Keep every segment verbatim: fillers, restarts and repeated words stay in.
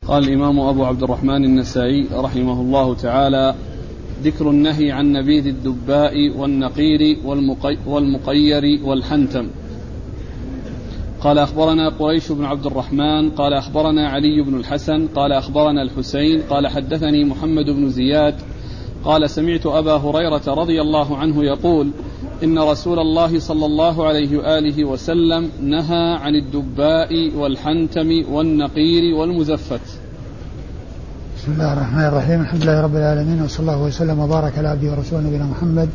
قال الإمام أبو عبد الرحمن النسائي رحمه الله تعالى: ذكر النهي عن نبيذ الدباء والنقير والمقي والمقير والحنتم. قال أخبرنا قريش بن عبد الرحمن قال أخبرنا علي بن الحسن قال أخبرنا الحسين قال حدثني محمد بن زياد قال سمعت أبا هريرة رضي الله عنه يقول: إن رسول الله صلى الله عليه وآله وسلم نهى عن الدباء والحنتم والنقير والمزفت. بسم الله الرحمن الرحيم. الحمد لله رب العالمين، وصلى الله وسلم وبارك على عبده ورسوله نبينا محمد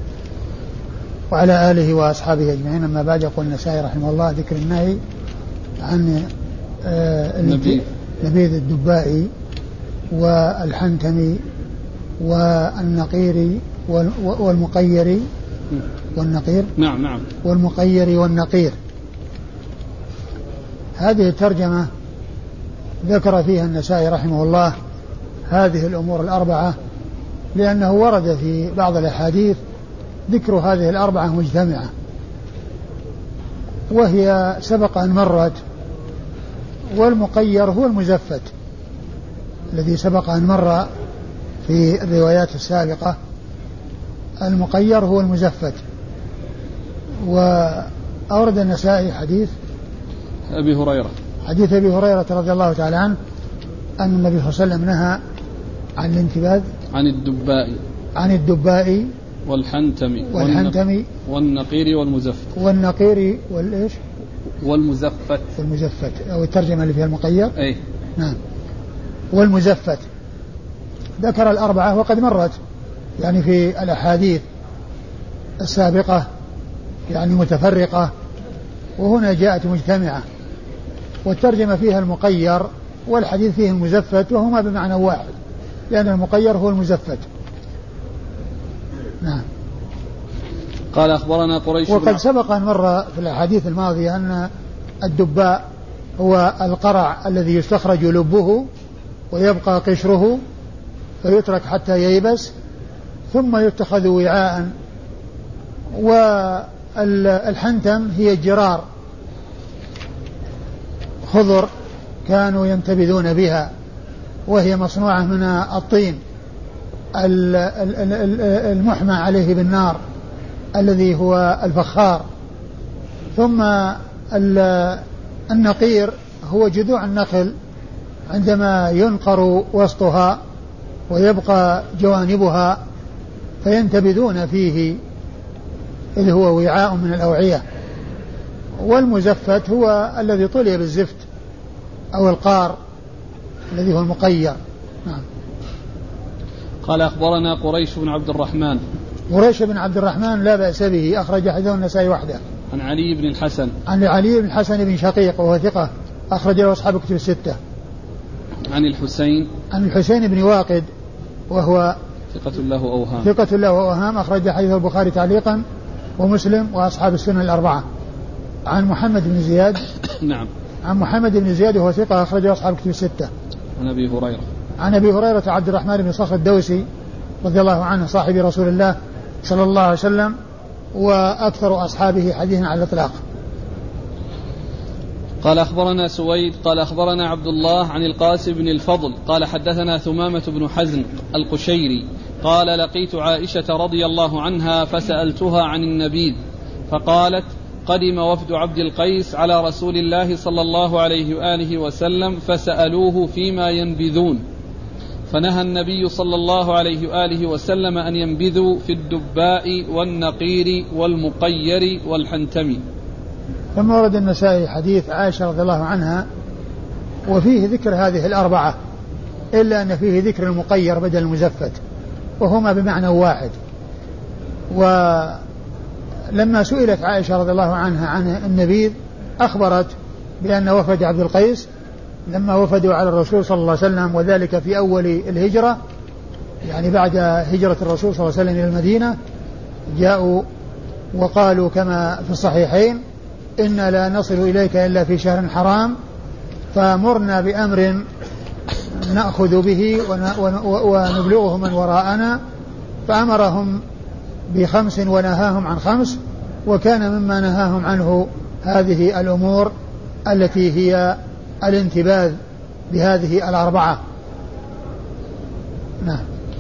وعلى آله وأصحابه أجمعين. أما بعد، يقول النسائي رحمه الله: ذكر النهي عن آه نبيذ الدباء والحنتم والنقير والمقير والنقير نعم نعم والمقير والنقير. هذه الترجمة ذكر فيها النسائي رحمه الله هذه الأمور الأربعة، لأنه ورد في بعض الأحاديث ذكر هذه الأربعة مجتمعة، وهي سبق أن مرت. والمقير هو المزفت الذي سبق أن مر في الروايات السابقة. المقير هو المزفت. وأورد النسائي حديث أبي هريرة حديث أبي هريرة رضي الله تعالى عنه أن النبي صلى الله عليه وسلم نهى عن الانتباذ عن الدباء عن الدباء والحنتم والحنتم والنقير والمزفت والنقير والإيش والمزفت والمزفت أو الترجمة اللي فيها المقير أي نعم والمزفت. ذكر الأربعة وقد مرت يعني في الأحاديث السابقة يعني متفرقة، وهنا جاءت مجتمعة، والترجمة فيها المقير والحديث فيه المزفت، وهما بمعنى واحد، لأن المقير هو المزفت. نعم. قال أخبرنا قريش. وقد سبق أن مر في الأحاديث الماضية أن الدباء هو القرع الذي يستخرج لبه ويبقى قشره فيترك حتى ييبس ثم يتخذ وعاء. والحنتم هي الجرار، خضر كانوا ينتبذون بها، وهي مصنوعة من الطين المحمى عليه بالنار الذي هو الفخار. ثم النقير هو جذوع النخل عندما ينقر وسطها ويبقى جوانبها فينتبذون فيه، إذ هو وعاء من الأوعية. والمزفت هو الذي طلي بالزفت أو القار الذي هو المقير. نعم. قال أخبرنا قريش بن عبد الرحمن. قريش بن عبد الرحمن لا بأس به، أخرج حديثه النسائي وحده. عن علي بن الحسن. عن علي بن الحسن بن شقيق وهو ثقة، أخرج له أصحاب كتب الستة. عن الحسين. عن الحسين بن واقد وهو ثقة له أوهام. ثقة له أوهام، أخرج حديث البخاري تعليقا ومسلم وأصحاب السنن الأربعة. عن محمد بن زياد. نعم. عن محمد بن زياد وهو ثقة، أخرج أصحاب كتب الستة. عن أبي هريرة. عن أبي هريرة عبد الرحمن بن صخر الدوسي رضي الله عنه صاحب رسول الله صلى الله عليه وسلم، وأكثر أصحابه حديثا على الإطلاق. قال أخبرنا سويد قال أخبرنا عبد الله عن القاسم بن الفضل قال حدثنا ثمامة بن حزن القشيري قال لقيت عائشة رضي الله عنها فسألتها عن النبيذ فقالت: قدم وفد عبد القيس على رسول الله صلى الله عليه وآله وسلم فسألوه فيما ينبذون، فنهى النبي صلى الله عليه وآله وسلم أن ينبذوا في الدباء والنقير والمقير والحنتم. ثم ورد النسائي حديث عائشة رضي الله عنها وفيه ذكر هذه الأربعة، إلا أن فيه ذكر المقير بدل المزفت، وهما بمعنى واحد. ولما سئلت عائشة رضي الله عنها عن النبيذ أخبرت بأن وفد عبد القيس لما وفدوا على الرسول صلى الله عليه وسلم، وذلك في أول الهجرة يعني بعد هجرة الرسول صلى الله عليه وسلم إلى المدينة، جاءوا وقالوا كما في الصحيحين: إنا لا نصل إليك إلا في شهر حرام، فمرنا بأمر نأخذ به ونبلغه من وراءنا. فأمرهم بخمس ونهاهم عن خمس، وكان مما نهاهم عنه هذه الأمور التي هي الانتباذ بهذه الأربعة. نعم.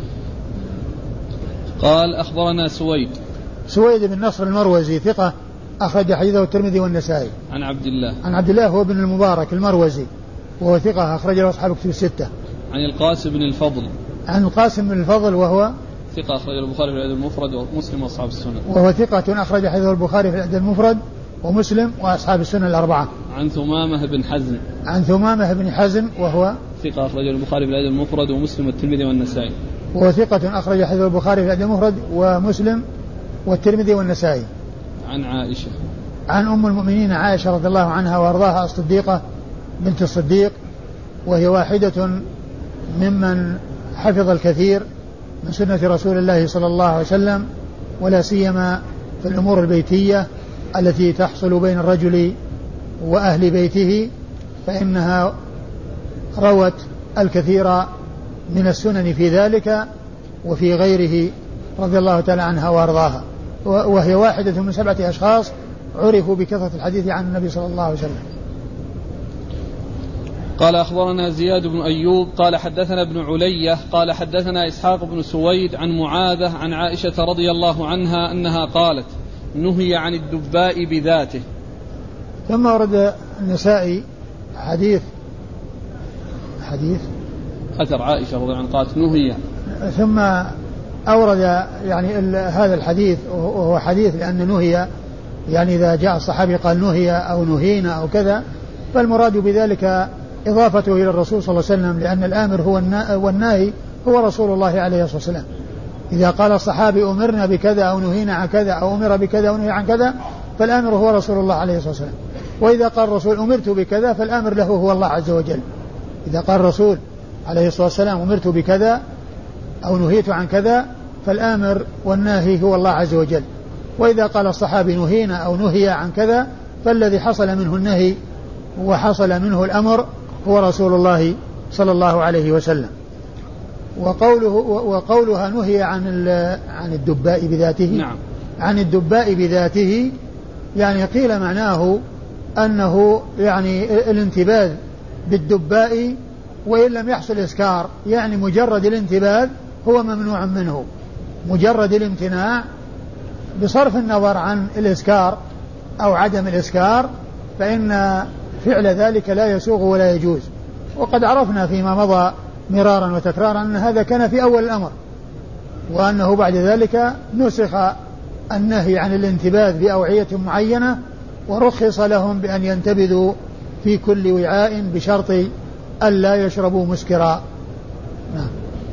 قال أخبرنا سويد سويد بن نصر المروزي ثقة أخرج حديثه الترمذي والنسائي. عن عبد الله عن عبد الله هو بن المبارك المروزي وهو ثقة أخرج له أصحاب كتب الستة. عن القاسم بن الفضل عن القاسم بن الفضل وهو ثقة أخرج البخاري في الأدب المفرد ومسلم وأصحاب السنن. وهو ثقة أخرج حديثه البخاري في الأدب المفرد ومسلم وأصحاب السنن الأربعة. عن ثمامة بن حزم عن ثمامة بن حزم وهو ثقة أخرج البخاري في الأدب المفرد ومسلم والترمذي والنسائي. وهو ثقة أخرج حديث البخاري في الأدب المفرد ومسلم والترمذي والنسائي. عن عائشة عن أم المؤمنين عائشة رضي الله عنها وأرضاها الصديقة بنت الصديق وهي واحدة ممن حفظ الكثير من سنة رسول الله صلى الله عليه وسلم ولا سيما في الأمور البيتية التي تحصل بين الرجل وأهل بيته، فإنها روت الكثير من السنن في ذلك وفي غيره رضي الله تعالى عنها وأرضاها، وهي واحدة من سبعة أشخاص عرفوا بكثرة الحديث عن النبي صلى الله عليه وسلم. قال أخبرنا زياد بن أيوب قال حدثنا ابن علية قال حدثنا إسحاق بن سويد عن معاذة عن عائشة رضي الله عنها أنها قالت نهي عن الدباء بذاته. ثم ورد النسائي حديث حديث أثر عائشة رضي الله عنها قالت نهي، ثم أورد يعني هذا الحديث وهو حديث لأن نهي يعني إذا جاء الصحابي قال نهي أو نهينا أو كذا فالمراد بذلك إضافته إلى الرسول صلى الله عليه وسلم، لأن الآمر هو والناهي هو رسول الله عليه الصلاة والسلام. إذا قال الصحابي أمرنا بكذا أو نهينا عن كذا أو أمر بكذا أو نهي عن كذا فالآمر هو رسول الله عليه الصلاة والسلام. وإذا قال الرسول أمرت بكذا فالآمر له هو الله عز وجل. إذا قال الرسول عليه الصلاة والسلام أمرت بكذا أو نهيت عن كذا فالآمر والناهي هو الله عز وجل. وإذا قال الصحابي نهينا أو نهي عن كذا فالذي حصل منه النهي وحصل منه الأمر هو رسول الله صلى الله عليه وسلم. وقوله وقولها نهي عن عن الدباء بذاته نعم. عن الدباء بذاته يعني قيل معناه أنه يعني الانتباذ بالدباء وإن لم يحصل إسكار، يعني مجرد الانتباذ هو ممنوع منه، مجرد الامتناع بصرف النظر عن الإسكار أو عدم الإسكار فإن فعل ذلك لا يسوغ ولا يجوز. وقد عرفنا فيما مضى مرارا وتكرارا أن هذا كان في أول الأمر، وأنه بعد ذلك نسخ النهي عن الانتباذ بأوعية معينة ورخص لهم بأن ينتبذوا في كل وعاء بشرط ألا يشربوا مسكرا. نعم.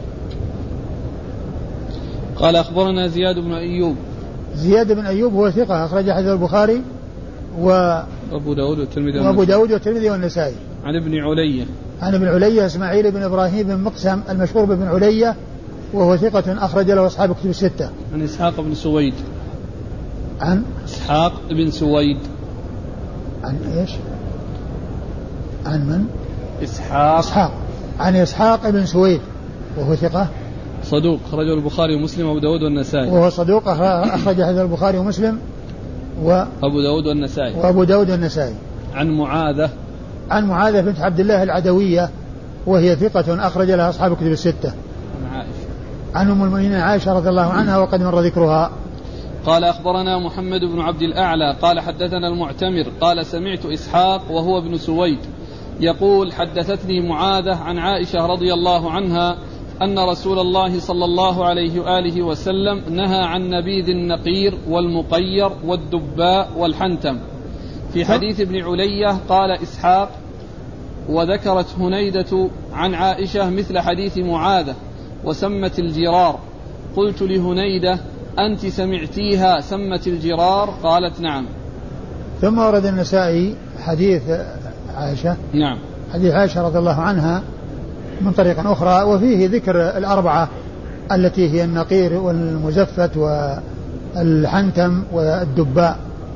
قال أخبرنا زياد بن أيوب زياد بن أيوب هو ثقة أخرج حديث البخاري وأبو داود والترمذي وأبو داود والترمذي والنسائي. عن ابن علية عن ابن علية إسماعيل بن إبراهيم بن مقسم المشهور بابن علية وهو ثقة أخرج له أصحاب كتب الستة. عن إسحاق بن سويد عن إسحاق بن سويد عن إيش عن من إسحاق إسحاق عن إسحاق بن سويد وهو ثقة صدوق أخرجه البخاري ومسلم وأبو داود والنسائي. وهو صدوق أخرج حديث البخاري ومسلم وأبو داود والنسائي. وأبو داود والنسائي. عن معاذة عن معاذة بنت عبد الله العدوية وهي ثقة أخرج لها أصحاب كتب الستة. عن عائشة عن أم المؤمنين عائشة رضي الله عنها وقد مر ذكرها. قال أخبرنا محمد بن عبد الأعلى قال حدثنا المعتمر قال سمعت إسحاق وهو ابن سويد يقول حدثتني معاذة عن عائشة رضي الله عنها أن رسول الله صلى الله عليه وآله وسلم نهى عن نبيذ النقير والمقير والدباء والحنتم. في حديث ابن علية قال إسحاق وذكرت هنيدة عن عائشة مثل حديث معاذة وسمت الجرار. قلت لهنيدة أنت سمعتيها سمت الجرار؟ قالت نعم. ثم ورد النسائي حديث عائشة نعم حديث عائشة رضي الله عنها من طريق أخرى وفيه ذكر الأربعة التي هي النقير والمزفت والحنتم والدباء،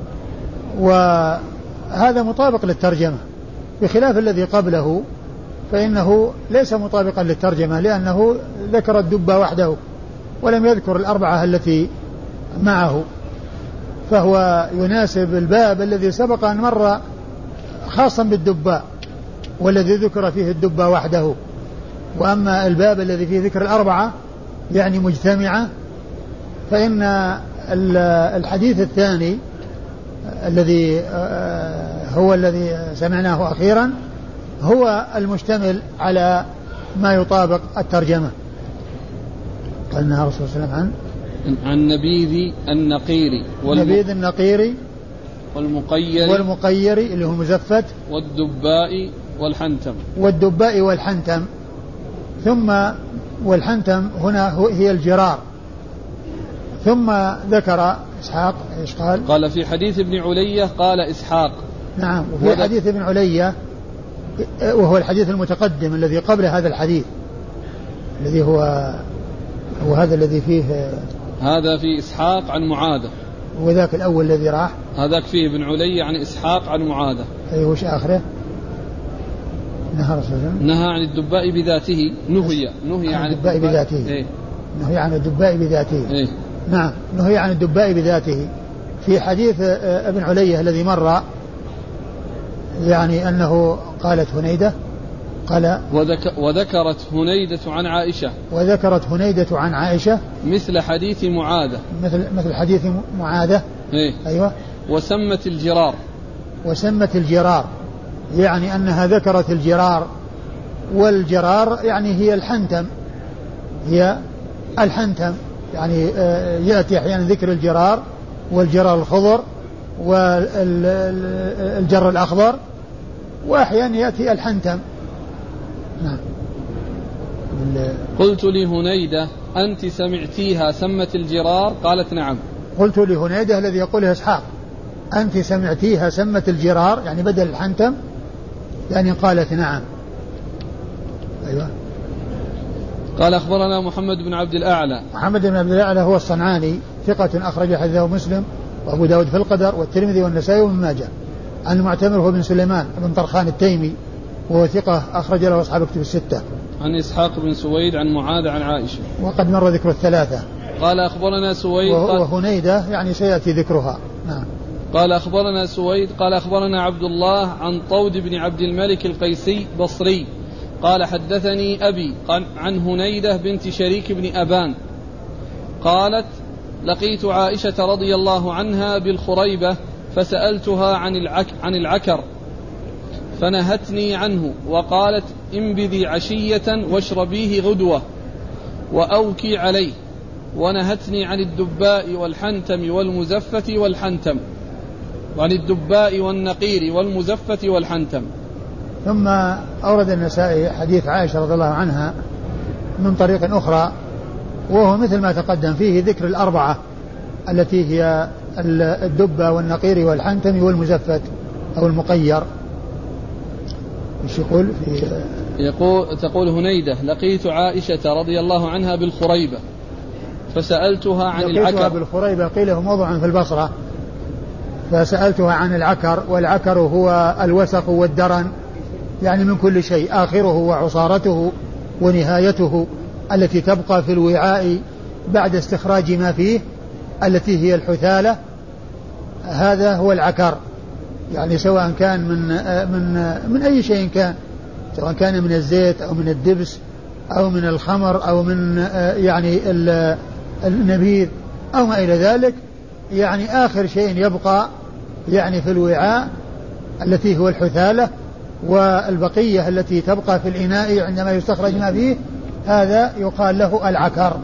وهذا مطابق للترجمة بخلاف الذي قبله فإنه ليس مطابقا للترجمة لأنه ذكر الدباء وحده ولم يذكر الأربعة التي معه، فهو يناسب الباب الذي سبق أن مر خاصا بالدباء والذي ذكر فيه الدبة وحده. وأما الباب الذي فيه ذكر الأربعة يعني مجتمعة، فإن الحديث الثاني الذي هو الذي سمعناه أخيرا هو المشتمل على ما يطابق الترجمة. قال النبي صلى الله عليه وسلم عن عن نبيذ النقيري نبيذ النقيري والمقير والمقير اللي هو مزفت والدباء والحنتم والدباء والحنتم. ثم والحنتم هنا هي الجرار. ثم ذكر إسحاق إيش قال؟ قال في حديث ابن علية قال إسحاق. نعم. وفي حديث ابن علية وهو الحديث المتقدم الذي قبل هذا الحديث الذي هو هو هذا الذي فيه هذا في إسحاق عن معاذة، وذاك الأول الذي راح هذاك فيه ابن علي عن إسحاق عن معاذة. أي وش آخره؟ نهى رسول الله نهى عن الدباء بذاته نهي نهي عن, عن الدباء بذاته إيه؟ نهي عن الدباء بذاته إيه؟ نعم نهي عن الدباء بذاته. في حديث ابن علية الذي مر يعني أنه قالت هنيدة قال وذك وذكرت هنيدة عن عائشة وذكرت هنيدة عن عائشة مثل حديث معاذة مثل مثل حديث معاذة. إيه؟ أيوة. وسمت الجرار وسمت الجرار يعني أنها ذكرت الجرار، والجرار يعني هي الحنتم هي الحنتم يعني يأتي أحيانا ذكر الجرار والجرار الخضر والجر الأخضر، وأحيانا يأتي الحنتم. نعم. قلت لهنيدة أنت سمعتيها سمت الجرار؟ قالت نعم. قلت لهنيدة الذي يقوله إسحاق أنت سمعتيها سمت الجرار يعني بدل الحنتم يعني قالت نعم. أيوة. قال أخبرنا محمد بن عبد الأعلى. محمد بن عبد الأعلى هو الصنعاني ثقة أخرج حديثه مسلم وأبو داود في القدر والترمذي والنسائي وابن ماجه. عن المعتمر هو بن سليمان بن طرخان التيمي وهو ثقة أخرج له أصحاب الكتب الستة. عن إسحاق بن سويد عن معاذ عن عائشة وقد مر ذكر الثلاثة. قال أخبرنا سويد وهنيدة يعني سيأتي ذكرها. نعم. قال أخبرنا سويد قال أخبرنا عبد الله عن طود بن عبد الملك القيسي بصري قال حدثني أبي عن هنيدة بنت شريك بن أبان قالت لقيت عائشة رضي الله عنها بالخريبة فسألتها عن العك عن العكر فنهتني عنه وقالت انبذي عشية واشربيه غدوة وأوكي عليه، ونهتني عن الدباء والحنتم والمزفة والحنتم وعن الدباء والنقير والمزفة والحنتم. ثم أورد النسائي حديث عائشة رضي الله عنها من طريق أخرى وهو مثل ما تقدم فيه ذكر الأربعة التي هي الدبة والنقير والحنتم والمزفت أو المقير. ايش يقول في يقول تقول هنيدة لقيت عائشة رضي الله عنها بالخريبة فسألتها عن العكر. لقيتها بالخريبة قيل هو موضع في البصرة، فسألتها عن العكر، والعكر هو الوسخ والدرن يعني من كل شيء آخره وعصارته ونهايته التي تبقى في الوعاء بعد استخراج ما فيه التي هي الحثالة. هذا هو العكر يعني سواء كان من من من أي شيء كان، سواء كان من الزيت أو من الدبس أو من الخمر أو من يعني النبيذ أو ما إلى ذلك، يعني آخر شيء يبقى يعني في الوعاء التي هو الحثالة، والبقية التي تبقى في الإناء عندما يستخرج ما فيه هذا يقال له العكر.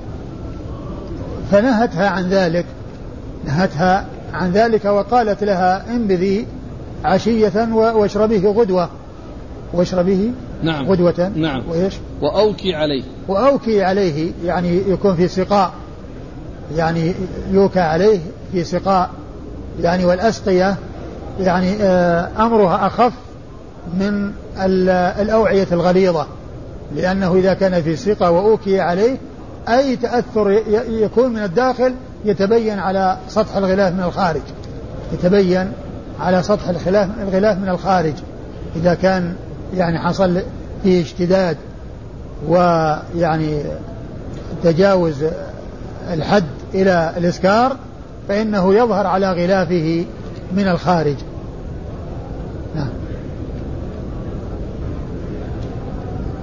فنهتها عن ذلك نهتها عن ذلك وقالت لها انبذي عشية واشربيه غدوة واشربيه نعم. غدوة نعم. وإيش وأوكي عليه وأوكي عليه يعني يكون في سقاء، يعني يوكى عليه في سقاء يعني، والأسقية يعني أمرها أخف من الأوعية الغليظة، لأنه إذا كان في سقاء وأوكي عليه أي تأثر يكون من الداخل يتبين على سطح الغلاف من الخارج، يتبين على سطح الغلاف من الخارج إذا كان يعني حصل فيه اشتداد ويعني تجاوز الحد إلى الإسكار فإنه يظهر على غلافه من الخارج. نعم.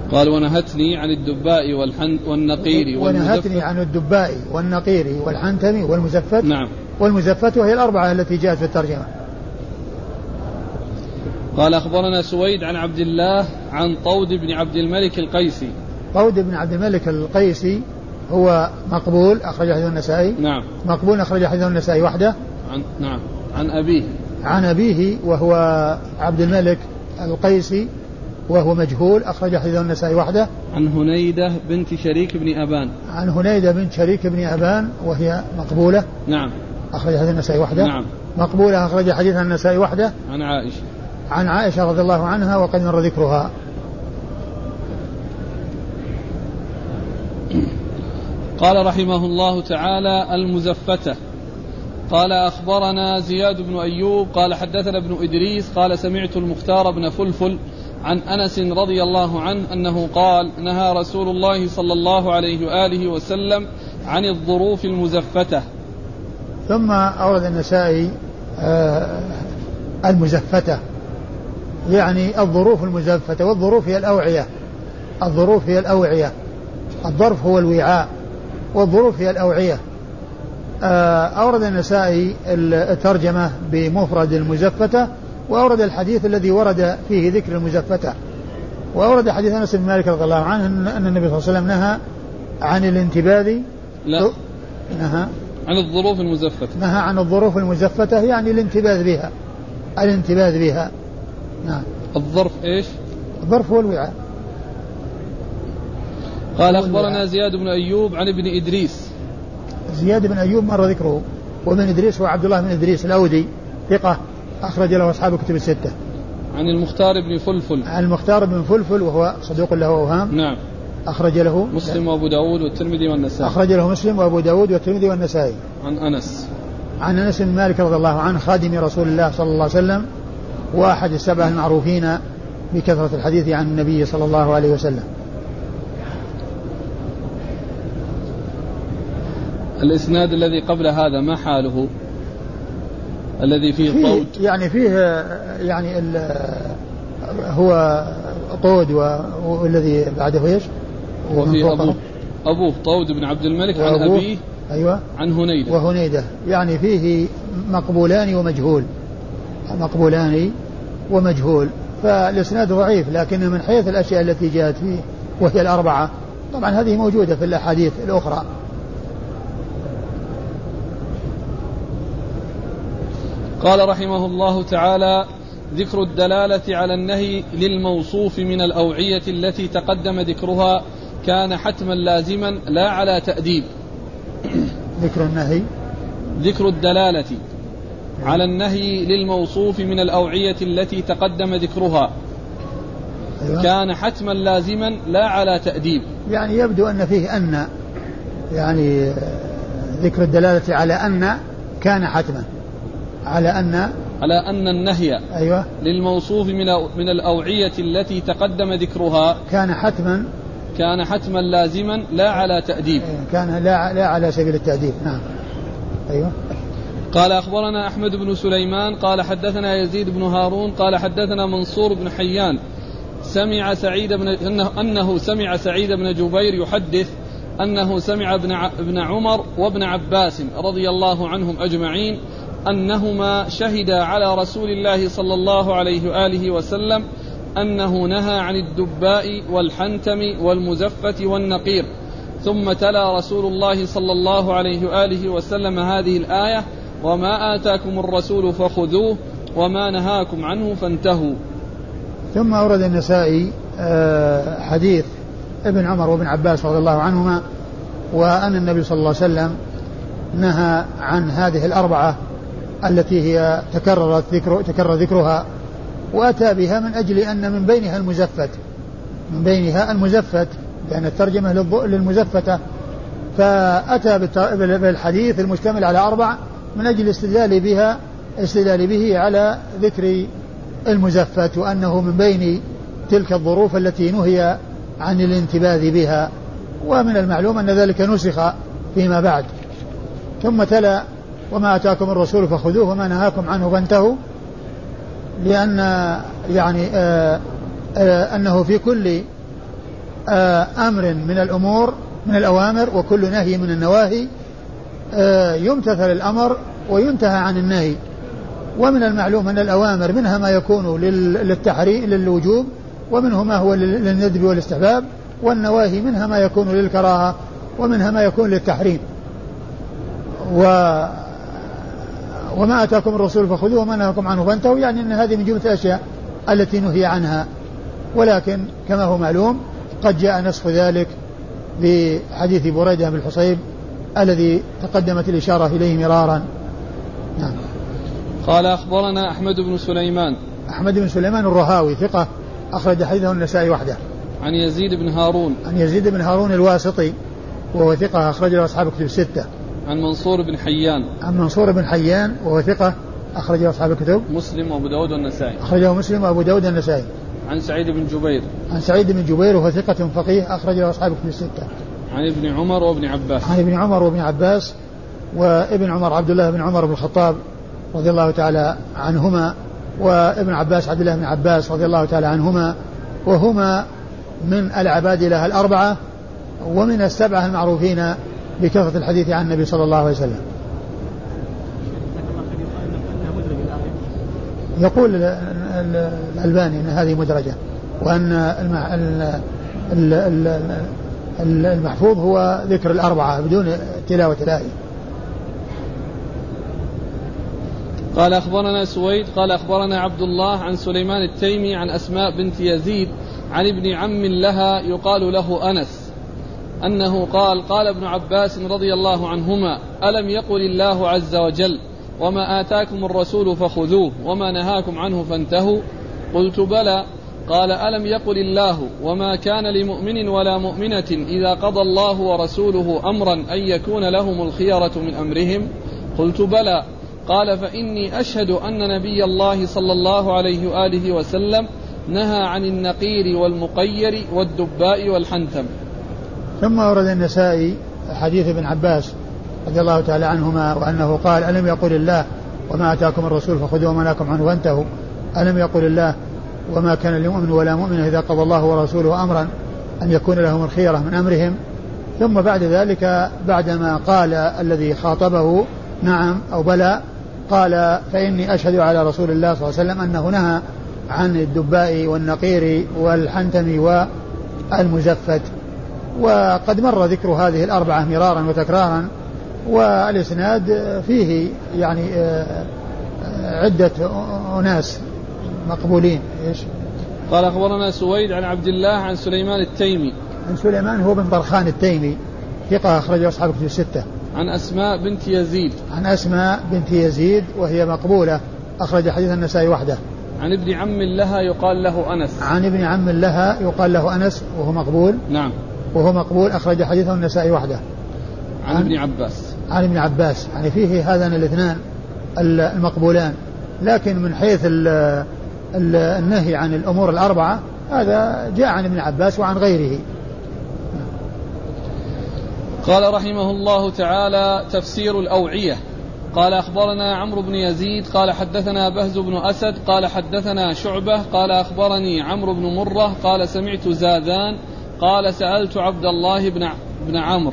قال ونهتني عن الدباء والحن والنقير ونهتني عن الدباء والنقير والحنتم والمزفت. نعم. والمزفت وهي الأربعة التي جاءت في الترجمة. قال أخبرنا سويد عن عبد الله عن طود بن عبد الملك القيسي. طود بن عبد الملك القيسي هو مقبول أخرج حديث النسائي. نعم. مقبول أخرج حديث النسائي وحده. عن نعم عن أبيه. عن أبيه وهو عبد الملك القيسي وهو مجهول أخرج حديث النسائي وحده. عن هنيدة بنت شريك بن أبان. عن هنيدة بنت شريك بن أبان وهي مقبولة. نعم. أخرج حديث النسائي وحده. نعم. مقبولة أخرج حديث النسائي وحده. عن عائشة. عن عائشة رضي الله عنها وقد مر ذكرها. قال رحمه الله تعالى المزفتة. قال أخبرنا زياد بن أيوب قال حدثنا ابن إدريس قال سمعت المختار بن فلفل عن أنس رضي الله عنه أنه قال نهى رسول الله صلى الله عليه وآله وسلم عن الظروف المزفتة. ثم أورد النسائي آه المزفتة يعني الظروف المزفتة. والظروف هي الأوعية. الظروف هي الأوعية. الظرف هو الوعاء والظروف هي الأوعية. أورد النسائي الترجمة بمفرد المزفتة وأورد الحديث الذي ورد فيه ذكر المزفتة. وأورد حديث أنس بن مالك رضي الله عنه أن النبي صلى الله عليه وسلم نهى عن الانتباذ. لا نهى عن الظروف المزفتة. نهى عن الظروف المزفتة يعني الانتباذ بها. الانتباذ بها. نعم. الظرف إيش؟ الظرف هو الوعاء. قال أخبرنا زياد بن أيوب عن ابن إدريس. زياد بن أيوب مر ذكره. وابن إدريس هو عبد الله بن إدريس الأودي ثقة أخرج له أصحاب الكتب الستة. عن المختار بن فلفل. عن المختار بن فلفل وهو صدوق له أوهام. نعم. أخرج له مسلم وأبو داود والترمذي والنسائي. أخرج له مسلم وأبو داود والترمذي والنسائي. عن أنس. عن أنس بن مالك رضي الله عنه خادم رسول الله صلى الله عليه وسلم وأحد السبعة المعروفين بكثرة الحديث عن النبي صلى الله عليه وسلم. الإسناد الذي قبل هذا ما حاله الذي فيه, فيه طود؟ يعني فيه يعني هو طود والذي بعده ايش؟ وفي أبوه أبوه طود بن عبد الملك عن أبيه. أيوة. عن هنيدة. وهنيدة يعني فيه مقبولان ومجهول. مقبولان ومجهول. فالإسناد ضعيف لكن من حيث الأشياء التي جاءت فيه وهي الأربعة طبعا هذه موجودة في الأحاديث الأخرى. قال رحمه الله تعالى ذكر الدلالة على النهي للموصوف من الأوعية التي تقدم ذكرها كان حتما لازما لا على تأديب. ذكر النهي ذكر الدلالة على النهي للموصوف من الأوعية التي تقدم ذكرها أيوة. كان حتما لازما لا على تأديب. يعني يبدو أن فيه أن يعني ذكر الدلالة على أن كان حتما على أن على أن النهي أيوة. للموصوف من من الأوعية التي تقدم ذكرها كان حتما كان حتما لازما لا على تأديب. كان لا لا على سبيل التأديب. نعم. أيوة. قال أخبرنا أحمد بن سليمان قال حدثنا يزيد بن هارون قال حدثنا منصور بن حيان سمع سعيد بن أنه, أنه سمع سعيد بن جبير يحدث أنه سمع ابن ابن عمر وابن عباس رضي الله عنهم أجمعين أنهما شهدا على رسول الله صلى الله عليه وآله وسلم أنه نهى عن الدباء والحنتم والمزفة والنقير. ثم تلا رسول الله صلى الله عليه وآله وسلم هذه الآية وما آتاكم الرسول فخذوه وما نهاكم عنه فانتهوا. ثم أورد النسائي حديث ابن عمر وابن عباس رضي الله عنهما وأن النبي صلى الله عليه وسلم نهى عن هذه الأربعة التي هي تكررت ذكر تكرر ذكرها وأتى بها من أجل أن من بينها المزفت من بينها المزفت لأن الترجمة للمزفتة فأتى بالحديث المشتمل على أربع من أجل الاستدلال بها استدلال به على ذكر المزفت وأنه من بين تلك الظروف التي نهي عن الانتباذ بها. ومن المعلوم أن ذلك نسخ فيما بعد. ثم تلا وما أتاكم الرسول فخذوه وما نهاكم عنه فانتهوا لأن يعني آآ آآ أنه في كل أمر من الأمور من الأوامر وكل نهي من النواهي يمتثل الأمر وينتهى عن النهي. ومن المعلوم أن الأوامر منها ما يكون للتحريم للوجوب ومنه ما هو للندب والاستحباب، والنواهي منها ما يكون للكراهة ومنها ما يكون للتحريم. و وما أتاكم الرسول فخذوه وما نهاكم عنه فانتهوا، يعني أن هذه من جملة الأشياء التي نهي عنها. ولكن كما هو معلوم قد جاء نسخ ذلك بحديث بريدة بن الحصيب الذي تقدمت الإشارة إليه مرارا. نعم. قال أخبرنا أحمد بن سليمان. أحمد بن سليمان الرهاوي ثقة أخرج حديثه النسائي وحده. عن يزيد بن هارون. عن يزيد بن هارون الواسطي وهو ثقة أخرج له أصحاب الكتب الستة. عن منصور بن حيان. عن منصور بن حيان وهو ثقة أخرج له أصحاب الكتب مسلم وأبو داود والنسائي. أخرجه مسلم وأبو داود والنسائي. عن سعيد بن جبير. عن سعيد بن جبير وهو ثقة فقيه أخرج له أصحاب الكتب الستة. عن ابن عمر وابن عباس. عن ابن عمر وابن عباس وابن عمر عبد الله بن عمر بن الخطاب رضي الله تعالى عنهما، وابن عباس عبد الله بن عباس رضي الله تعالى عنهما، وهما من العبادلة الأربعة ومن السبعة المعروفين بكثرة الحديث عن النبي صلى الله عليه وسلم. يقول الألباني أن هذه مدرجة، وأن المحفوظ هو ذكر الأربعة بدون تلاوة الآية. قال أخبرنا سويد قال أخبرنا عبد الله عن سليمان التيمي عن أسماء بنت يزيد عن ابن عم لها يقال له أنس أنه قال قال ابن عباس رضي الله عنهما ألم يقل الله عز وجل وما آتاكم الرسول فخذوه وما نهاكم عنه فانتهوا؟ قلت بلى. قال ألم يقل الله وما كان لمؤمن ولا مؤمنة إذا قضى الله ورسوله أمرا أن يكون لهم الخيرة من أمرهم؟ قلت بلى. قال فإني أشهد أن نبي الله صلى الله عليه وآله وسلم نهى عن النقير والمقير والدباء والحنتم. ثم ورد النسائي حديث ابن عباس رضي الله تعالى عنهما وأنه قال ألم يقل الله وما أتاكم الرسول فخذوه وما نهاكم عنه فانتهوا؟ ألم يقل الله وما كان لمؤمن ولا مؤمن إذا قضى الله ورسوله أمرا أن يكون لهم الخيرة من أمرهم. ثم بعد ذلك بعدما قال الذي خاطبه نعم أو بلى قال فإني أشهد على رسول الله صلى الله عليه وسلم أنه نهى عن الدباء والنقير والحنتم والمزفت. وقد مر ذكر هذه الأربعة مرارا وتكرارا، والإسناد فيه يعني عدة أناس مقبولين. إيش؟ قال أخبرنا سويد عن عبد الله عن سليمان التيمي. عن سليمان هو بن برخان التيمي ثقة أخرج أصحاب الكتب الستة. عن أسماء بنت يزيد. عن أسماء بنت يزيد وهي مقبولة أخرج حديث النسائي وحده. عن ابن عم لها يقال له أنس. عن ابن عم لها يقال له أنس وهو مقبول. نعم. وهو مقبول أخرج حديثه النسائي وحده. عن, عن ابن عباس. عن ابن عباس، يعني فيه هذان الاثنان المقبولان، لكن من حيث ال ال النهي عن الأمور الأربعة هذا جاء عن ابن عباس وعن غيره. قال رحمه الله تعالى تفسير الأوعية. قال أخبرنا عمرو بن يزيد قال حدثنا بهز بن أسد قال حدثنا شعبة قال أخبرني عمرو بن مرة قال سمعت زاذان قال سألت عبد الله بن بن عمرو.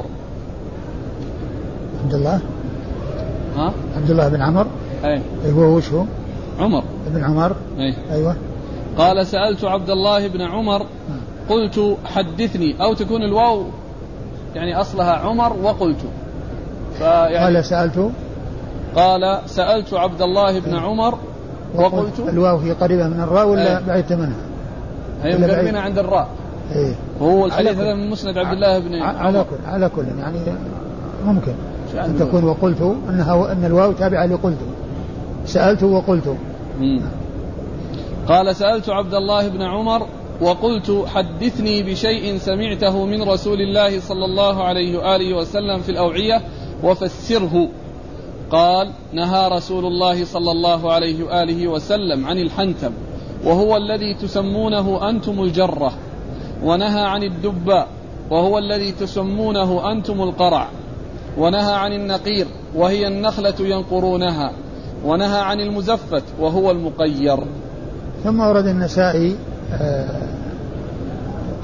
عبد الله ها عبد الله بن عمرو. أي أيوه. وش هو؟ عمر بن عمر. أي. أيوه. قال سألت عبد الله بن عمر قلت حدثني، أو تكون الواو يعني أصلها عمر وقلت قال سألت قال سألت عبد الله بن عمر وقلت. الواو هي قريبة من الراء ولا بعيدة منها؟ هي مقربينها عند الراء. ايه. وهو الحديث هذا من مسند عبد الله بن عمر. على كل على كل يعني ممكن أن تكون وقلت أنها أن الواو تابعة لقلت. سألت وقلت. مم. قال سألت عبد الله بن عمر وقلت حدثني بشيء سمعته من رسول الله صلى الله عليه وآله وسلم في الأوعية وفسره. قال نهى رسول الله صلى الله عليه وآله وسلم عن الحنتم وهو الذي تسمونه أنتم الجرة، ونهى عن الدباء وهو الذي تسمونه أنتم القرع، ونهى عن النقير وهي النخلة ينقرونها، ونهى عن المزفت وهو المقير. ثم ورد النسائي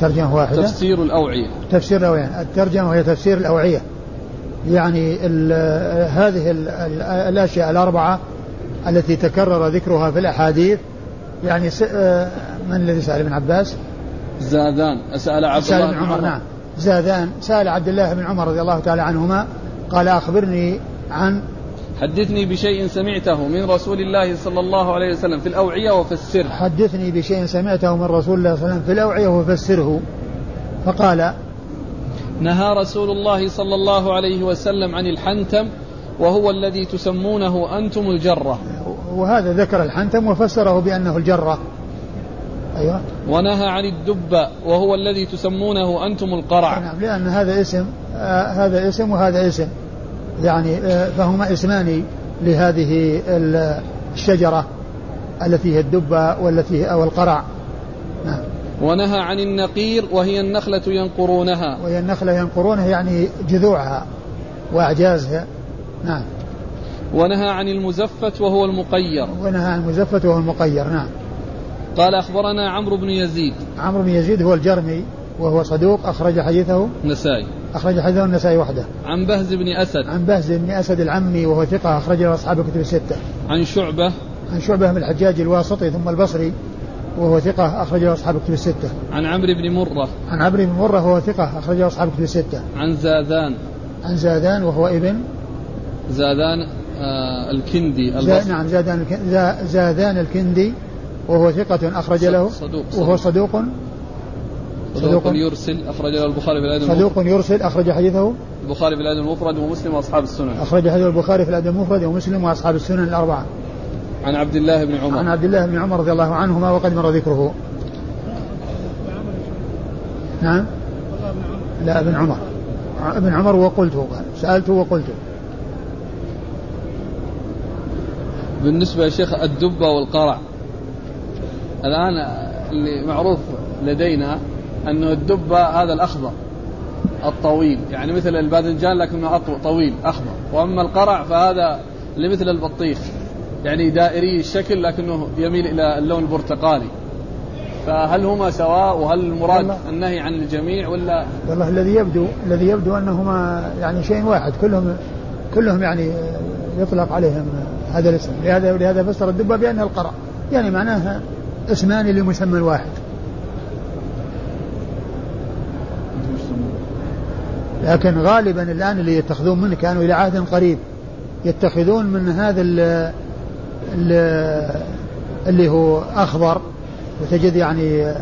ترجمة واحدة. تفسير الأوعية. تفسير الأوعية. الترجمة هي تفسير الأوعية، يعني ال هذه ال الأشياء الأربعة التي تكرر ذكرها في الأحاديث. يعني من الذي سأل ابن عباس؟ زادان. سأل عبد الله بن عمر. نعم زادان سأل عبد الله بن عمر رضي الله تعالى عنهما قال أخبرني عن حدثني بشيء سمعته من رسول الله صلى الله عليه وسلم في الأوعية وفسره. حدثني بشيء سمعته من رسول الله صلى الله عليه وسلم في الأوعية وفسره. فقال نهى رسول الله صلى الله عليه وسلم عن الحنتم وهو الذي تسمونه أنتم الجرة. وهذا ذكر الحنتم وفسره بأنه الجرة. أيوة. ونهى عن الدب وهو الذي تسمونه أنتم القرع. نعم لأن هذا اسم آه هذا اسم وهذا اسم، يعني آه فهما اسمان لهذه الشجرة التي هي الدب والتي أو القرع. نعم. ونهى عن النقير وهي النخلة ينقرونها. وهي النخلة ينقرونها يعني جذوعها وأعجازها. نعم. ونهى عن المزفت وهو المقير. ونهى عن المزفت وهو المقير. نعم. قال أخبرنا عمرو بن يزيد. عمرو بن يزيد هو الجرمي وهو صدوق أخرج حديثه النسائي. أخرج حديثه النسائي وحده. عن بهز بن أسد. عن بهز بن أسد العمي وهو ثقة أخرج له أصحاب الكتب الستة. عن شعبة. عن شعبة بن الحجاج الواسطي ثم البصري وهو ثقة أخرج له أصحاب الكتب الستة. عن عمرو بن مرة. عن عمرو بن مرة وهو ثقة أخرج له أصحاب الكتب الستة. عن زادان. عن زادان وهو ابن زادان آه الكندي زا نعم زادان الكندي زادان الكندي وهو ثقة أخرج له صدوق وهو صدوق صدوق, صدوق يرسل أخرج له البخاري في الأدب صدوق يرسل أخرج حديثه البخاري في الأدب المفرد ومسلم وأصحاب السنن. أخرج حديث البخاري في الأدب المفرد ومسلم وأصحاب السنن الأربعة. عن عبد الله بن عمر. عن عبد الله بن عمر رضي الله عنهما وقد مر ذكره. نعم. لا ابن عمر ابن عمر وقلته سألته وقلته. بالنسبة يا شيخ الدبة والقرع الآن اللي معروف لدينا أنه الدبة هذا الأخضر الطويل يعني مثل الباذنجان لكنه طويل أخضر، وأما القرع فهذا اللي مثل البطيخ يعني دائري الشكل لكنه يميل إلى اللون البرتقالي، فهل هما سواء وهل المراد النهي عن الجميع ولا؟ والله الذي يبدو الذي يبدو أنهما يعني شيء واحد، كلهم كلهم يعني يطلق عليهم هذا الاسم، لهذا لهذا فسر الدبة بأنها القرع، يعني معناها اسمان لمسمى واحد. لكن غالبا الآن اللي يتخذون منه كانوا إلى عهد قريب يتخذون من هذا اللي هو أخضر وتجد يعني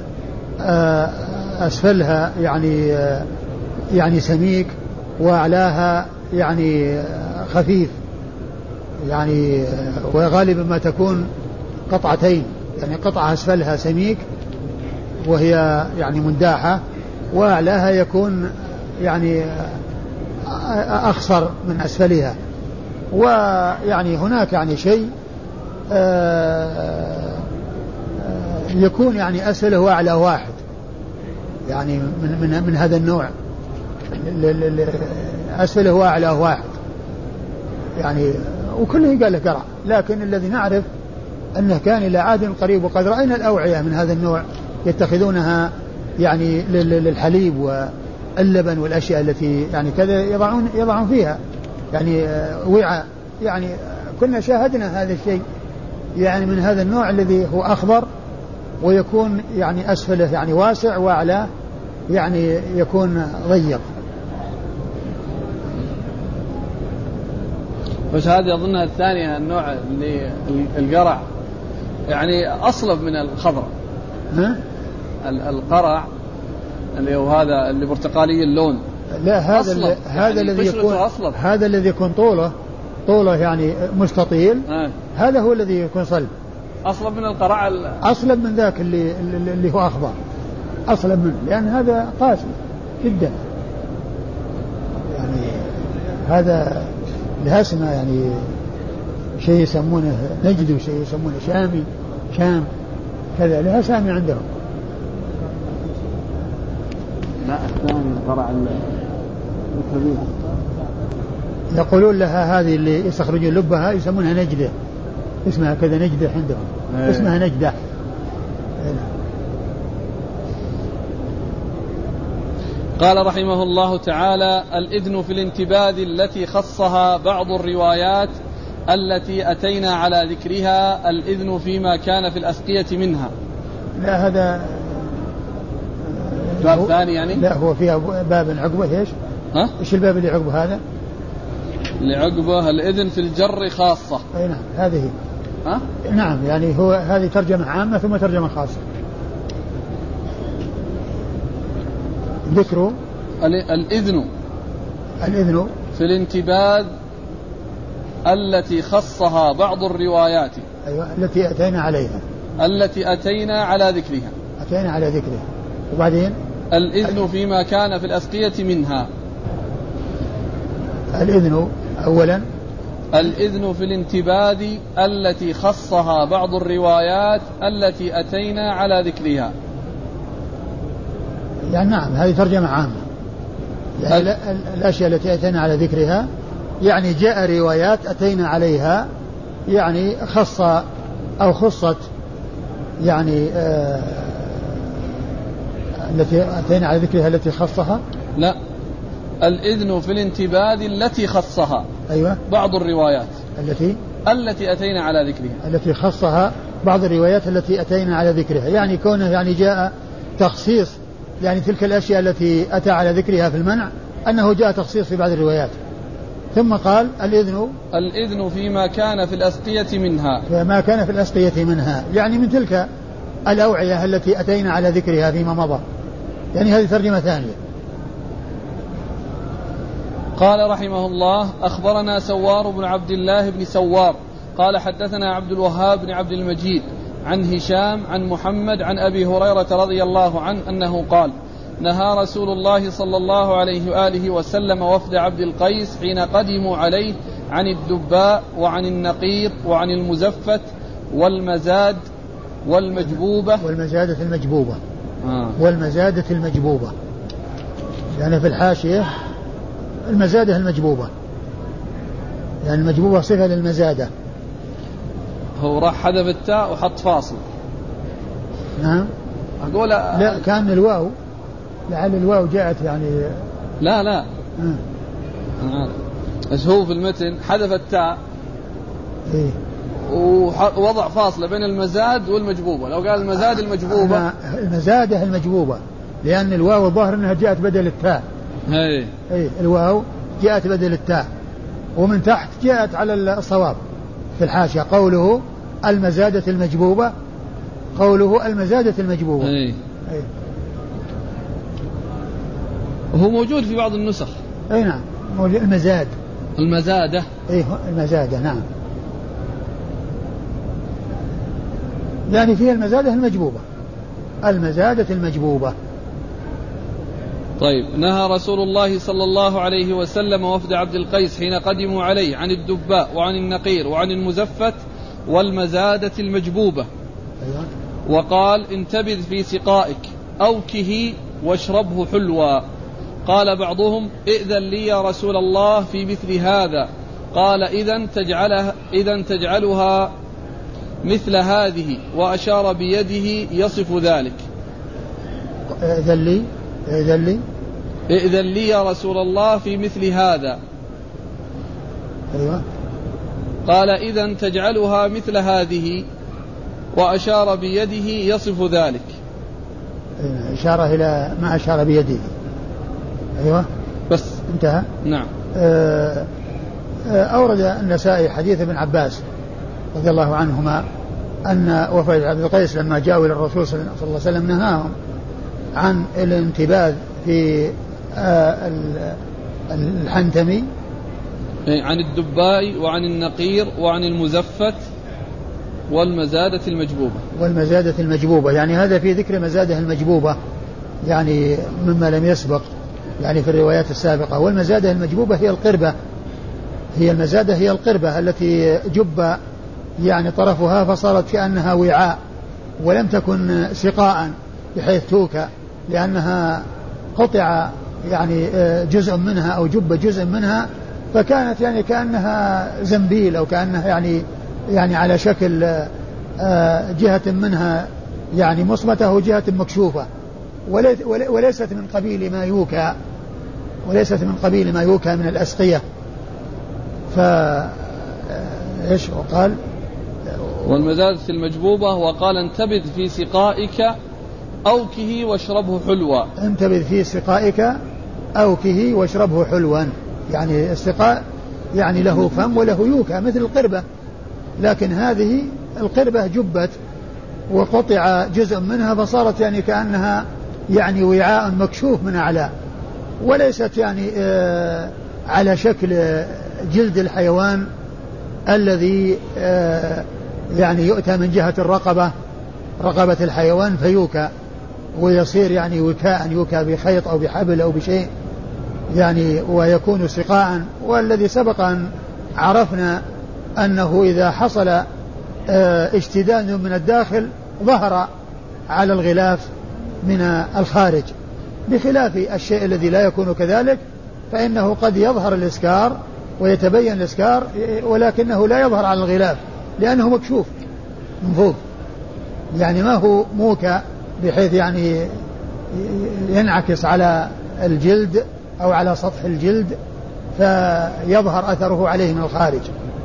أسفلها يعني يعني سميك وأعلاها يعني خفيف، يعني وغالبا ما تكون قطعتين، يعني قطعة أسفلها سميك وهي يعني منداحة وأعلاها يكون يعني أخصر من أسفلها، ويعني هناك يعني شيء يكون يعني أسفله وأعلى واحد، يعني من من من هذا النوع أسفله وأعلى واحد يعني، وكله قال له قرع، لكن الذي نعرف أنه كان إلى عهد قريب، وقد رأينا الأوعية من هذا النوع يتخذونها يعني للحليب واللبن والأشياء التي يعني كذا يضعون يضعون فيها يعني وعاء، يعني كنا شاهدنا هذا الشيء يعني من هذا النوع الذي هو أخضر ويكون يعني أسفله يعني واسع وأعلاه يعني يكون ضيق. بس هذه أظنها الثانية النوع اللي القرع يعني أصلب من الخضر. ها؟ القرع اللي هو هذا اللي برتقالي اللون. لا هذا اللي هذا يعني الذي يكون أصلب. هذا الذي يكون طوله طوله يعني مستطيل. آه. هذا هو الذي يكون صلب. أصلب من القرع. أصلب من ذاك اللي اللي هو أخضر. أصلب منه لأن هذا قاسي جدا. يعني هذا لها اسمه يعني شيء يسمونه نجد وشيء يسمونه شامي شام كذا، لها سامي عندهم. لا الثاني قرع الكبير يقولون لها هذه اللي يستخرجون لبها يسمونها نجدة، اسمها كذا نجدة عندهم. ايه. اسمها نجدة. قال رحمه الله تعالى: الإذن في الانتباذ التي خصها بعض الروايات التي أتينا على ذكرها الإذن فيما كان في الأسقية منها. لا هذا باب ثاني يعني؟ لا هو فيها باب عقبه. ايش؟ ها؟ ايش الباب اللي عقبه هذا؟ اللي عقبه الإذن في الجر خاصة. اي نعم هذه. ها؟ نعم يعني هو هذه ترجمة عامة ثم ترجمة خاصة. ذكر الإذن الإذن في الانتباذ التي خصها بعض الروايات. أيوة التي أتينا عليها التي أتينا على ذكرها أتينا على ذكرها. وبعدين الإذن فيما كان في الأسقية منها. الإذن أولا الإذن في الانتباذ التي خصها بعض الروايات التي أتينا على ذكرها. يعني نعم هذه ترجمة عامة يعني الأشياء التي أتينا على ذكرها يعني جاء روايات أتينا عليها يعني خص أو خصت يعني آه التي أتينا على ذكرها التي خصها. لا الإذن في الانتباذ التي خصها أيوة بعض الروايات التي التي أتينا على ذكرها التي خصها بعض الروايات التي أتينا على ذكرها يعني كونه يعني جاء تخصيص يعني تلك الأشياء التي أتى على ذكرها في المنع أنه جاء تخصيص في بعض الروايات. ثم قال الإذن الإذن فيما كان في الأسقية منها. فما كان في الأسقية منها يعني من تلك الأوعية التي أتينا على ذكرها فيما مضى. يعني هذه ترجمة ثانية. قال رحمه الله: أخبرنا سوار بن عبد الله بن سوار قال حدثنا عبد الوهاب بن عبد المجيد عن هشام عن محمد عن أبي هريرة رضي الله عنه أنه قال: نهى رسول الله صلى الله عليه وآله وسلم وفد عبد القيس حين قدموا عليه عن الدباء وعن النقير وعن المزفت والمزاد والمجبوبة والمزادة المجبوبة آه. والمزادة المجبوبة يعني في الحاشية المزادة المجبوبة يعني المجبوبة صفة للمزادة. هو راح حذف التاء وحط فاصل. نعم أقول لا كان الواو لعل الواو جاءت يعني لا لا آه. بس هو في المتن حذف التاء إيه؟ ووضع فاصلة بين المزاد والمجبوبة. لو قال المزاد المجبوبة المزادة المجبوبة لأن الواو الظاهر أنها جاءت بدل التاء. هي. إيه الواو جاءت بدل التاء ومن تحت جاءت على الصواب في الحاشية قوله المزادة المجبوبة قوله المزادة المجبوبة. هي. إيه. وهو موجود في بعض النسخ. اي نعم المزاد المزادة. ايه المزادة نعم يعني فيها المزادة المجبوبة المزادة المجبوبة. طيب نهى رسول الله صلى الله عليه وسلم وفد عبد القيس حين قدموا عليه عن الدباء وعن النقير وعن المزفت والمزادة المجبوبة. أيوة. وقال: انتبذ في سقائك أوكه واشربه حلوا. قال بعضهم: ائذن لي يا رسول الله في مثل هذا. قال: إذن تجعلها, إذن تجعلها مثل هذه، وأشار بيده يصف ذلك. ائذن لي ائذن لي ائذن لي يا رسول الله في مثل هذا. أيوة. قال: إذن تجعلها مثل هذه، وأشار بيده يصف ذلك. إشارة إلى ما أشار بيده. أيوة بس انتهى. نعم. آه أورد النسائي حديث ابن عباس رضي الله عنهما أن وفد عبد القيس لما جاءوا إلى الرسول صلى الله عليه وسلم نهاهم عن الانتباذ في آه الحنتمي عن الدباء وعن النقير وعن المزفت والمزادة المجبوبة. والمزادة المجبوبة يعني هذا في ذكر مزادة المجبوبة يعني مما لم يسبق يعني في الروايات السابقة. والمزادة المجبوبة هي القربة هي المزادة هي القربة التي جب يعني طرفها فصارت كأنها وعاء ولم تكن سقاء بحيث توكى لأنها قطع يعني جزء منها أو جب جزء منها فكانت يعني كأنها زنبيل أو كأنها يعني يعني على شكل جهة منها يعني مصمتة وجهة مكشوفة وليست من قبيل ما يوكى وليست من قبيل ما يوكى من الأسقية. ف ايش وقال والمزازة المجبوبة وقال انتبذ في سقائك أوكه واشربه حلوا. انتبذ في سقائك أوكه واشربه حلوا، يعني السقاء يعني له فم وله يوكى مثل القربة، لكن هذه القربة جبت وقطع جزء منها فصارت يعني كأنها يعني وعاء مكشوف من أعلى، وليست يعني آه على شكل جلد الحيوان الذي آه يعني يؤتى من جهة الرقبة، رقبة الحيوان فيوكى ويصير يعني وكاء يوكى بخيط أو بحبل أو بشيء يعني ويكون سقاء. والذي سبق أن عرفنا أنه إذا حصل آه اشتداد من الداخل ظهر على الغلاف من الخارج، بخلاف الشيء الذي لا يكون كذلك فإنه قد يظهر الإسكار ويتبين الإسكار ولكنه لا يظهر على الغلاف لأنه مكشوف من فوق، يعني ما هو موكى بحيث يعني ينعكس على الجلد أو على سطح الجلد فيظهر أثره عليه من الخارج.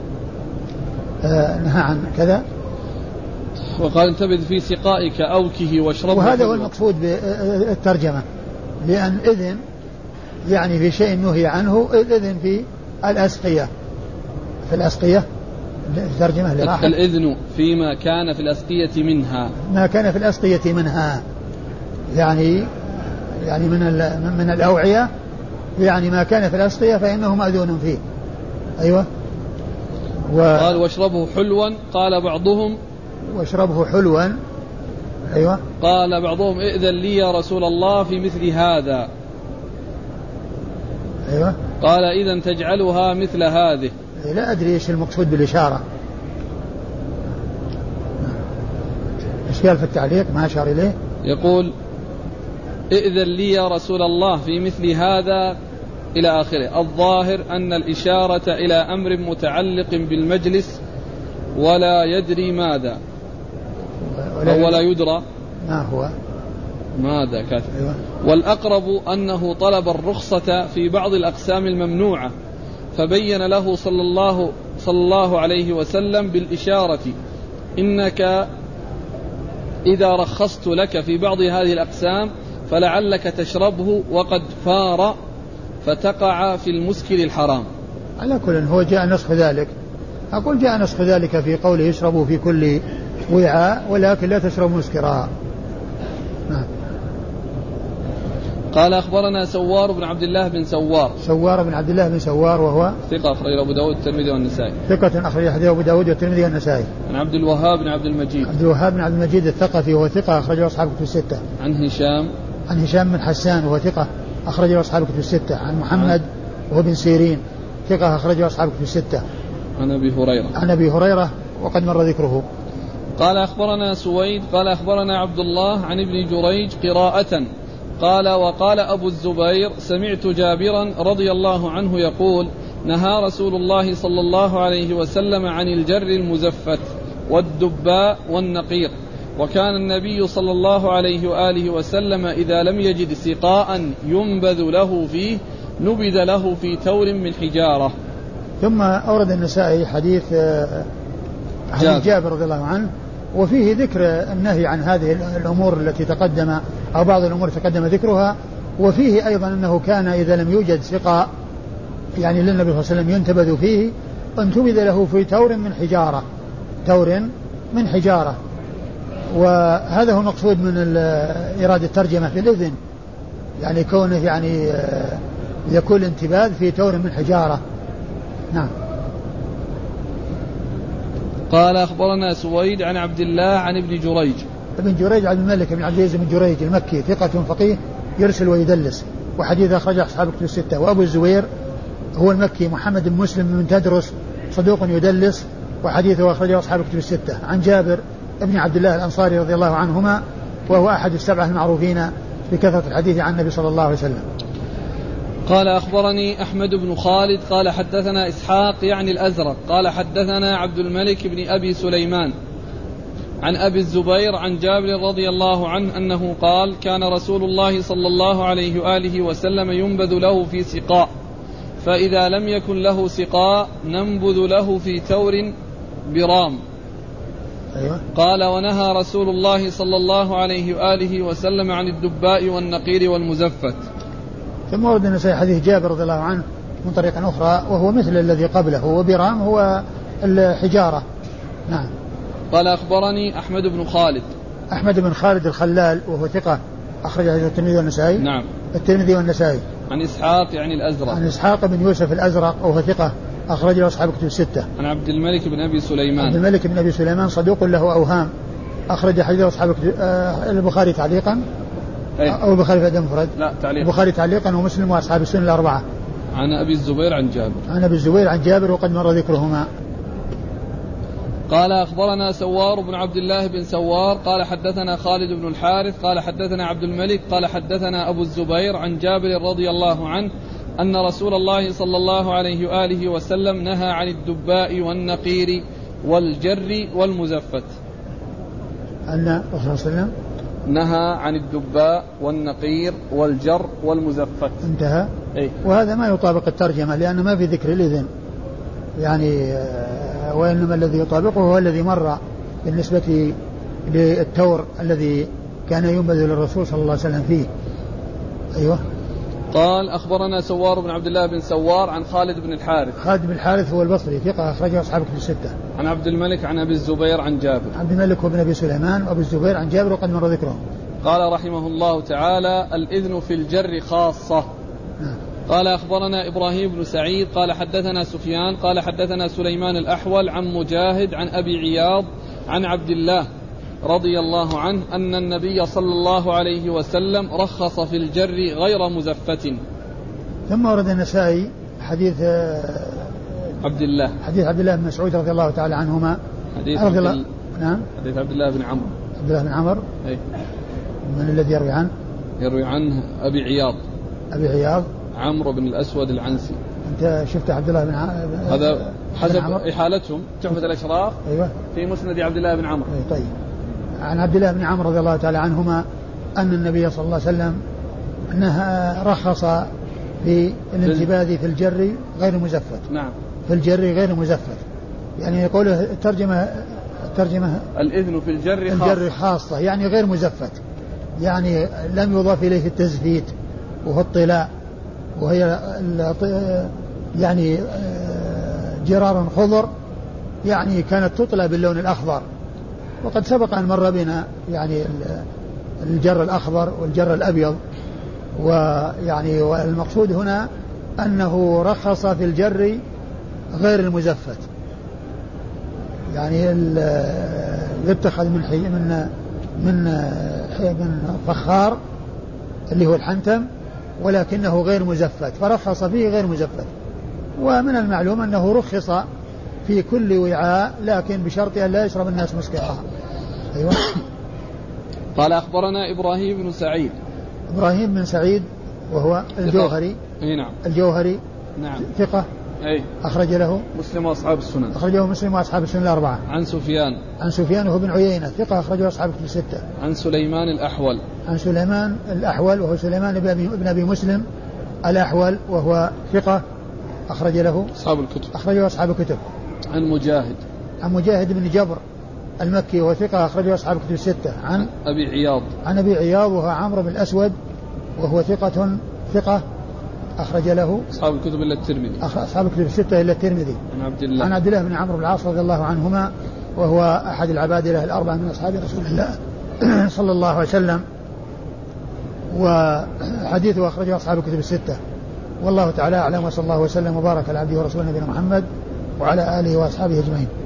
آه نهى عن كذا. وقال انتبذ في سقائك أوكه واشربه. وهذا هو المقصود بالترجمة، لأن إذن يعني في شيء نهي عنه، الإذن في الأسقية، في الأسقية الترجمة لراحة الإذن فيما كان في الأسقية منها، ما كان في الأسقية منها يعني يعني من من الأوعية، يعني ما كان في الأسقية فإنه مأذون فيه. أيوة. و... قال واشربه حلوا، قال بعضهم واشربه حلوا. أيوة. قال بعضهم ائذن لي يا رسول الله في مثل هذا. أيوة. قال إذن تجعلها مثل هذه. لا أدري إيش المقصود بالإشارة، إيش قال في التعليق ما أشار إليه. يقول ائذن لي يا رسول الله في مثل هذا إلى آخره. الظاهر أن الإشارة إلى أمر متعلق بالمجلس ولا يدري ماذا ولا, ولا يدرى ما هو ماذا كاتب. أيوة. والأقرب أنه طلب الرخصة في بعض الأقسام الممنوعة فبين له صلى الله, صلى الله عليه وسلم بالإشارة إنك إذا رخصت لك في بعض هذه الأقسام فلعلك تشربه وقد فار فتقع في المسكر الحرام. على كل هو جاء نسخ ذلك، أقول جاء نسخ ذلك في قوله يشربوا في كل وعاء ولكن لا تشرب مسكرا. نعم. قال أخبرنا سوار بن عبد الله بن سوار. سوار بن عبد الله بن سوار وهو ثقة أخرجه أبو داود والترمذي والنسائي. ثقة أخرجه أبو داود والترمذي والنسائي. عن عبد الوهاب بن عبد المجيد. عبد الوهاب بن عبد المجيد الثقفي وهو ثقة أخرجه أصحاب الكتب الستة. عن هشام. عن هشام بن حسان وهو ثقة أخرجه أصحاب الكتب الستة. عن محمد وهو بن سيرين ثقة أخرجه أصحاب الكتب الستة. عن أبي هريرة. عن أبي هريرة وقد مر ذكره. قال أخبرنا سويد قال أخبرنا عبد الله عن ابن جريج قراءة قال وقال أبو الزبير سمعت جابرا رضي الله عنه يقول نهى رسول الله صلى الله عليه وسلم عن الجر المزفت والدباء والنقير، وكان النبي صلى الله عليه وآله وسلم إذا لم يجد سقاء ينبذ له فيه نبذ له في تور من حجارة. ثم أورد النسائي حديث حديث جابر رضي الله عنه وفيه ذكر النهي عن هذه الأمور التي تقدم أو بعض الأمور تقدم ذكرها، وفيه أيضا أنه كان إذا لم يوجد سقاء يعني للنبي صلى الله عليه وسلم ينتبذ فيه انتبذ له في تور من حجارة، تور من حجارة. وهذا هو المقصود من إرادة الترجمة في الإذن، يعني كونه يعني يكون الانتباذ في تور من حجارة. نعم. قال أخبرنا سويد عن عبد الله عن ابن جريج. ابن جريج عبد الملك بن عبد العزيز بن جريج المكي ثقة فقيه يرسل ويدلس وحديث أخرج أصحاب الكتب الستة. وأبو الزبير هو المكي محمد بن مسلم بن تدرس صدوق يدلس وحديثه أخرجه أصحاب الكتب الستة. عن جابر ابن عبد الله الأنصاري رضي الله عنهما وهو أحد السبعة المعروفين بكثرة الحديث عن النبي صلى الله عليه وسلم. قال أخبرني أحمد بن خالد قال حدثنا إسحاق يعني الأزرق قال حدثنا عبد الملك بن أبي سليمان عن أبي الزبير عن جابر رضي الله عنه أنه قال كان رسول الله صلى الله عليه وآله وسلم ينبذ له في سقاء فإذا لم يكن له سقاء ننبذ له في تور برام. أيوة. قال ونهى رسول الله صلى الله عليه وآله وسلم عن الدباء والنقير والمزفت. ثم ورد النسائي حديث جابر رضي الله عنه من طريق أخرى وهو مثل الذي قبله وبرام هو الحجارة. نعم. قال أخبرني أحمد بن خالد أحمد بن خالد الخلال وهو ثقة أخرج حديث الترمذي والنسائي. نعم. الترمذي والنسائي. عن إسحاق يعني الأزرق عن إسحاق بن يوسف الأزرق وهو ثقة أخرج له أصحاب كتب الستة. عن عبد الملك بن أبي سليمان عبد الملك بن أبي سليمان صدوق له أوهام أخرج حديث أصحاب كتب آه البخاري تعليقا أيه؟ أو البخاري في أدب مفرد. لا تعليقا. البخاري تعليقا ومسلم وأصحاب السنن الأربعة. عن أبي الزبير عن جابر. عن أبي الزبير عن جابر وقد مر ذكرهما. قال أخبرنا سوار بن عبد الله بن سوار قال حدثنا خالد بن الحارث قال حدثنا عبد الملك قال حدثنا أبو الزبير عن جابر رضي الله عنه أن رسول الله صلى الله عليه وآله وسلم نهى عن الدباء والنقير والجر والمزفت. أن الرسول صلى الله عليه وسلم نهى عن الدباء والنقير والجر والمزفت. انتهى. أي. وهذا ما يطابق الترجمة لأن ما في ذكر الإذن يعني وإنما الذي يطابقه هو الذي مر بالنسبة للتور الذي كان ينبذ للرسول صلى الله عليه وسلم فيه. أيوة. قال أخبرنا سوار بن عبد الله بن سوار عن خالد بن الحارث. خالد بن الحارث هو البصري ثقة أخرجه أصحاب كتب الستة. عن عبد الملك عن أبي الزبير عن جابر. عبد الملك وابن أبي سليمان وأبي الزبير عن جابر وقد مر ذكرهم. قال رحمه الله تعالى الإذن في الجر خاصة. نعم. قال أخبرنا إبراهيم بن سعيد قال حدثنا سفيان قال حدثنا سليمان الأحول عن مجاهد عن أبي عياض عن عبد الله رضي الله عنه أن النبي صلى الله عليه وسلم رخص في الجر غير مزفت. ثم ورد النسائي حديث عبد الله حديث عبد الله بن مسعود رضي الله تعالى عنهما. حديث عبد الله ال... نعم. حديث عبد الله بن عمرو. عبد الله بن عمرو. أي. من الذي يروي عنه؟ يروي عنه أبي عياض. أبي عياض. عمرو بن الأسود العنسي. أنت شفت عبد الله بن عمرو؟ هذا حسب إحالتهم تحفة الأشراف. أيوة. في مسند عبد الله بن عمرو. أي طيب. عن عبد الله بن عمرو رضي الله تعالى عنهما أن النبي صلى الله عليه وسلم أنها رخص في الانتباذ في الجر غير مزفت. نعم. في الجر غير مزفت يعني يقول الترجمة الترجمة الإذن في الجر, الجر خاصة يعني غير مزفت يعني لم يضاف إليه التزفيت وهو الطلاء وهي يعني جرار خضر يعني كانت تطلى باللون الأخضر وقد سبق أن مر بنا يعني الجر الأخضر والجر الأبيض ويعني والمقصود هنا أنه رخص في الجر غير المزفت يعني يتخذ من حي من من من فخار اللي هو الحنتم ولكنه غير مزفت فرخص فيه غير مزفت. ومن المعلوم أنه رخص في كل وعاء لكن بشرط أن لا يشرب الناس مسكرها. أيوة. قال أخبرنا إبراهيم بن سعيد. إبراهيم بن سعيد وهو الجوهري. أي نعم. الجوهري. نعم. ثقة. أي. أخرج له مسلم وأصحاب السنن. أخرجه مسلم وأصحاب السنن الأربعة. عن سفيان. عن سفيان وهو بن عيينة ثقة أخرجه أصحاب الكتب الستة. عن سليمان الأحول. عن سليمان الأحول وهو سليمان بن أبي مسلم الأحول وهو ثقة أخرج له أصحاب الكتب. أخرجه أصحاب الكتب. عن مجاهد. عن مجاهد بن جبر المكي وهو ثقة أخرجه أصحاب الكتب الستة. عن أبي عياض. عن أبي عياض وهو عمرو بن الأسود وهو ثقة ثقة أخرج له أصحاب الكتب إلا الترمذي. أصحاب الكتب الستة إلا الترمذي. عن عبد الله. عن عبد الله بن عمرو بن العاص رضي الله عنهما وهو أحد العبادلة الأربعة من أصحاب رسول الله صلى الله عليه وسلم وحديثه أخرجه أصحاب الكتب الستة. والله تعالى أعلم وصلى الله وسلم وبارك على عبده ورسوله نبينا محمد وعلى آله وأصحابه أجمعين.